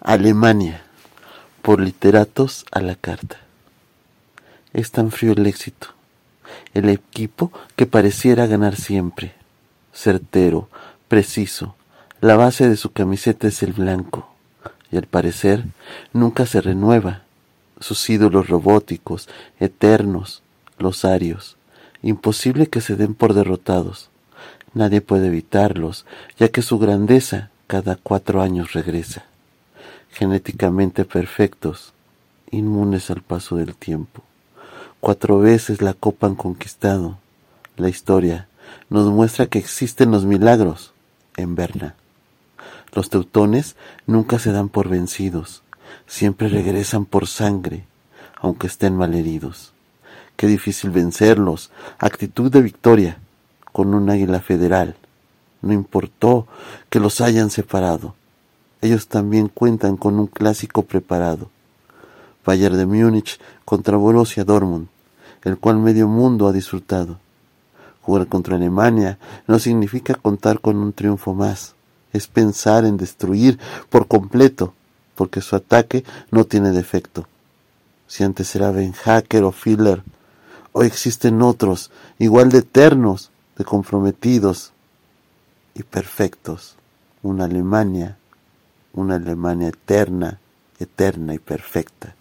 Alemania, por Literatos a la carta. Es tan frío el éxito, el equipo que pareciera ganar siempre. Certero, preciso, la base de su camiseta es el blanco, y al parecer nunca se renueva. Sus ídolos robóticos, eternos, los arios, imposible que se den por derrotados. Nadie puede evitarlos, ya que su grandeza cada 4 años regresa. Genéticamente perfectos, inmunes al paso del tiempo. 4 veces la copa han conquistado. La historia nos muestra que existen los milagros en Berna. Los teutones nunca se dan por vencidos, siempre regresan por sangre, aunque estén malheridos. Qué difícil vencerlos, actitud de victoria, con un águila federal. No importó que los hayan separado. Ellos también cuentan con un clásico preparado. Bayern de Múnich contra Borussia Dortmund, el cual medio mundo ha disfrutado. Jugar contra Alemania no significa contar con un triunfo más. Es pensar en destruir por completo, porque su ataque no tiene defecto. Si antes era Ben Hacker o Filler, hoy existen otros, igual de eternos, de comprometidos y perfectos. Una Alemania eterna, eterna y perfecta.